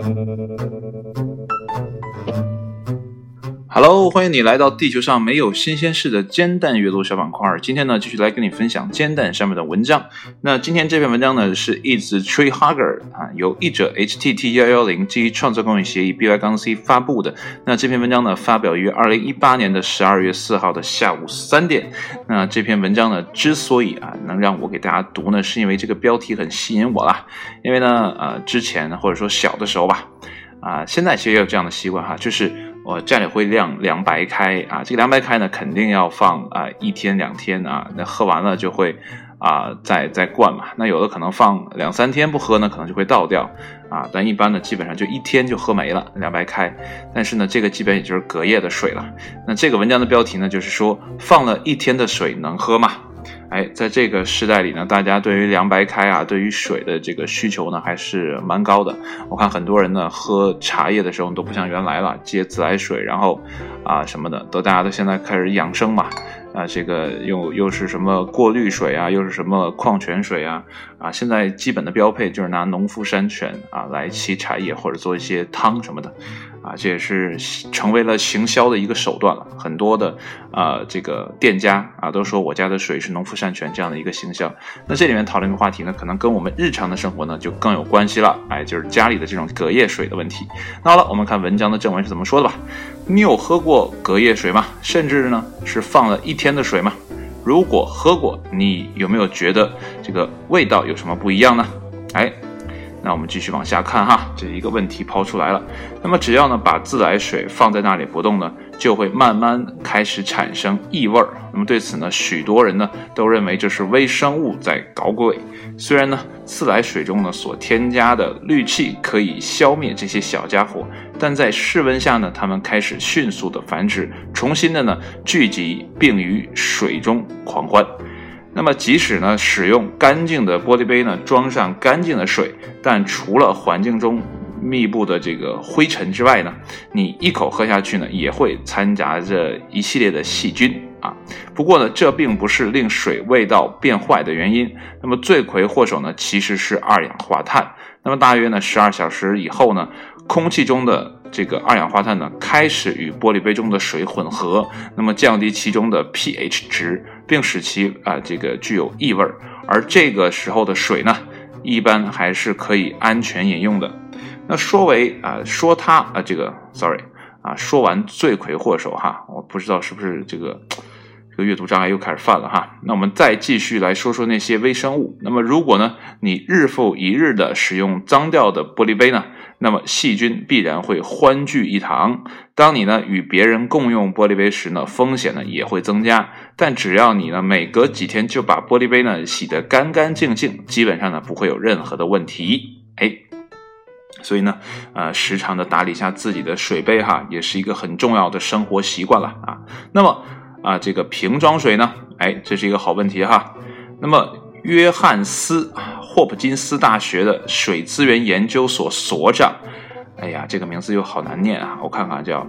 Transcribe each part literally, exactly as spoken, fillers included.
Hello， 欢迎你来到地球上没有新鲜事的煎蛋阅读小板块。今天呢，继续来跟你分享煎蛋上面的文章。那今天这篇文章呢，是 It's Tree Hugger 啊，由译者 H T T 一一零 基于创作公允协议 B Y C 发布的。那这篇文章呢，发表于二零一八年的十二月四号的下午三点。那这篇文章呢，之所以啊能让我给大家读呢，是因为这个标题很吸引我啦。因为呢，呃，之前或者说小的时候吧，啊，现在其实也有这样的习惯哈，就是我家里会晾凉白开啊，这个凉白开呢肯定要放啊一天两天啊，那喝完了就会啊再再灌嘛。那有的可能放两三天不喝呢，可能就会倒掉啊，但一般呢基本上就一天就喝没了凉白开。但是呢，这个基本也就是隔夜的水了。那这个文章的标题呢，就是说放了一天的水能喝吗？哎，在这个时代里呢，大家对于凉白开啊，对于水的这个需求呢，还是蛮高的。我看很多人呢，喝茶叶的时候都不像原来了，接自来水，然后啊什么的，都大家都现在开始养生嘛。啊，这个又又是什么过滤水啊，又是什么矿泉水啊，啊，现在基本的标配就是拿农夫山泉啊来沏茶叶或者做一些汤什么的，啊，这也是成为了行销的一个手段了。很多的啊这个店家啊都说我家的水是农夫山泉这样的一个行销。那这里面讨论一个话题呢，可能跟我们日常的生活呢就更有关系了，哎，就是家里的这种隔夜水的问题。那好了，我们看文章的正文是怎么说的吧。你有喝过隔夜水吗？甚至呢是放了一天的水吗？如果喝过，你有没有觉得这个味道有什么不一样呢？哎，那我们继续往下看哈，这一个问题抛出来了。那么只要呢把自来水放在那里不动呢，就会慢慢开始产生异味。那么对此呢，许多人呢都认为这是微生物在搞鬼。虽然呢自来水中呢所添加的氯气可以消灭这些小家伙，但在室温下呢，它们开始迅速的繁殖，重新的呢聚集并于水中狂欢。那么即使呢使用干净的玻璃杯呢装上干净的水，但除了环境中密布的这个灰尘之外呢，你一口喝下去呢也会掺杂着一系列的细菌啊。不过呢，这并不是令水味道变坏的原因。那么罪魁祸首呢其实是二氧化碳。那么大约呢十二小时以后呢，空气中的这个二氧化碳呢开始与玻璃杯中的水混合，那么降低其中的 pH 值，并使其啊、呃、这个具有异味。而这个时候的水呢，一般还是可以安全饮用的。那说为啊、呃、说它啊、呃、这个 sorry 啊说完罪魁祸首哈，我不知道是不是这个这个阅读障碍又开始犯了哈。那我们再继续来说说那些微生物。那么如果呢你日复一日的使用脏掉的玻璃杯呢，那么细菌必然会欢聚一堂。当你呢与别人共用玻璃杯时呢，风险呢也会增加。但只要你呢每隔几天就把玻璃杯呢洗得干干净净，基本上呢不会有任何的问题。哎，所以呢呃时常的打理一下自己的水杯哈，也是一个很重要的生活习惯了啊。那么啊这个瓶装水呢，哎，这是一个好问题哈。那么约翰斯霍普金斯大学的水资源研究所所长，哎呀，这个名字又好难念啊，我看看叫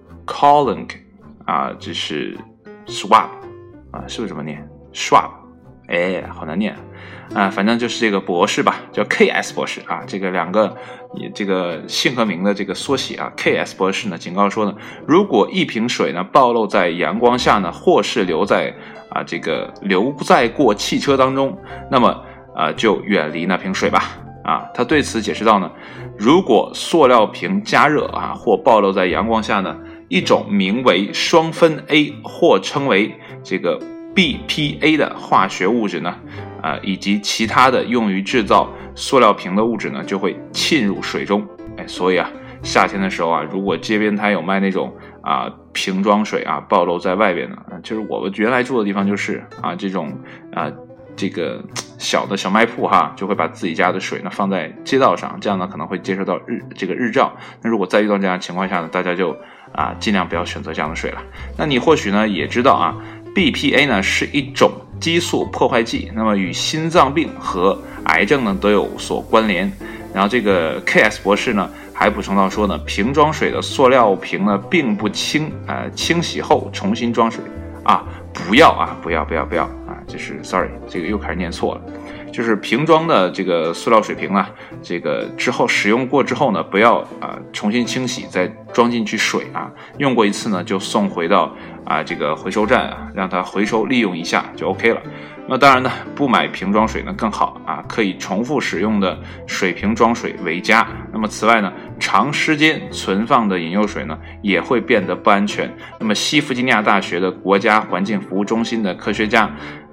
Colin 啊，这是 Schwab 啊，是不是这么念 Schwab？ 哎，好难念啊，反正就是这个博士吧，叫 K S 博士啊，这个两个这个姓和名的这个缩写啊 ，K S 博士呢警告说呢，如果一瓶水呢暴露在阳光下呢，或是留在啊这个留在过汽车当中，那么啊就远离那瓶水吧。啊，他对此解释到呢，如果塑料瓶加热啊或暴露在阳光下呢，一种名为双酚 A 或称为这个 B P A 的化学物质呢，啊以及其他的用于制造塑料瓶的物质呢，就会沁入水中。哎，所以啊，夏天的时候啊，如果街边摊有卖那种啊瓶装水啊暴露在外边呢，就是我们原来住的地方就是啊这种啊。这个小的小卖铺哈，就会把自己家的水呢放在街道上，这样呢可能会接受到日这个日照。那如果再遇到这样的情况下呢，大家就啊尽量不要选择这样的水了。那你或许呢也知道啊 ，B P A 呢是一种激素破坏剂，那么与心脏病和癌症呢都有所关联。然后这个 K S 博士呢还补充到说呢，瓶装水的塑料瓶呢并不清呃清洗后重新装水啊，不要啊不要不要不要啊，这是 sorry 这个又开始念错了。 就是瓶装的这个塑料水瓶啊，这个之后使用过之后呢，不要啊、呃、重新清洗，再装进去水啊，用过一次呢就送回到啊这个回收站啊，让它回收利用一下就 OK 了。那当然呢，不买瓶装水呢更好啊，可以重复使用的水瓶装水为佳。那么此外呢，长时间存放的饮用水呢也会变得不安全。那么西弗吉尼亚大学的国家环境服务中心的科学家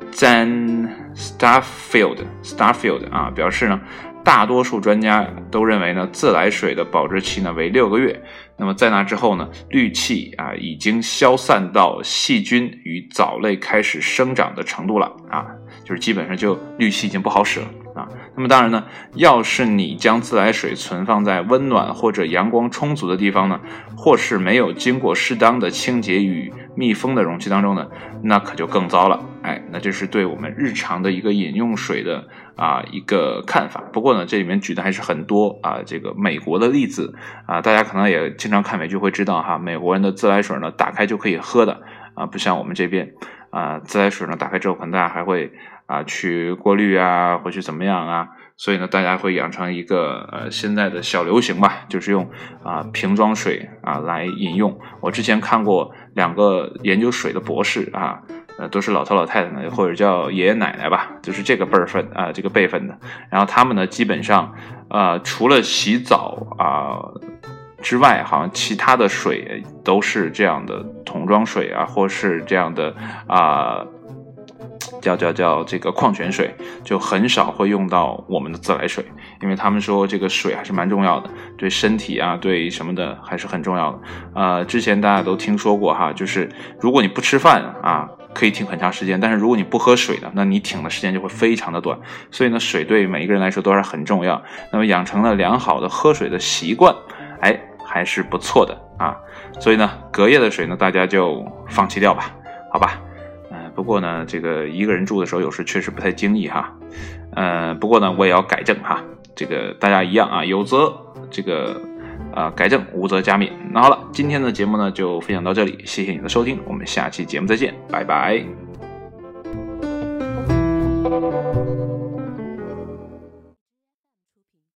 Zan Starfield Starfield 啊表示呢，大多数专家都认为呢，自来水的保质期呢为六个月。那么在那之后呢，氯气啊已经消散到细菌与藻类开始生长的程度了啊，就是基本上就氯气已经不好使了啊。那么当然呢，要是你将自来水存放在温暖或者阳光充足的地方呢，或是没有经过适当的清洁与密封的容器当中呢，那可就更糟了。哎，那这是对我们日常的一个饮用水的啊一个看法。不过呢，这里面举的还是很多啊这个美国的例子啊，大家可能也经常看美剧会知道哈，美国人的自来水呢打开就可以喝的啊，不像我们这边啊，自来水呢打开之后可能大家还会啊去过滤啊，或去怎么样啊，所以呢大家会养成一个呃现在的小流行吧，就是用啊瓶装水啊来饮用。我之前看过两个研究水的博士啊。呃，都是老头老太太呢，或者叫爷爷奶奶吧，就是这个辈分啊、呃，这个辈分的。然后他们呢，基本上，呃，除了洗澡啊、呃、之外，好像其他的水都是这样的桶装水啊，或是这样的啊、呃，叫叫叫这个矿泉水，就很少会用到我们的自来水，因为他们说这个水还是蛮重要的，对身体啊，对什么的还是很重要的。呃，之前大家都听说过哈，就是如果你不吃饭啊。可以挺很长时间，但是如果你不喝水的，那你挺的时间就会非常的短。所以呢，水对每一个人来说都是很重要。那么养成了良好的喝水的习惯，哎，还是不错的啊。所以呢，隔夜的水呢，大家就放弃掉吧，好吧。呃，不过呢，这个一个人住的时候，有时确实不太经意哈。呃，不过呢，我也要改正哈。这个大家一样啊，有则这个。啊、呃，改正，无则加勉。那好了，今天的节目呢就分享到这里，谢谢你的收听，我们下期节目再见，拜拜。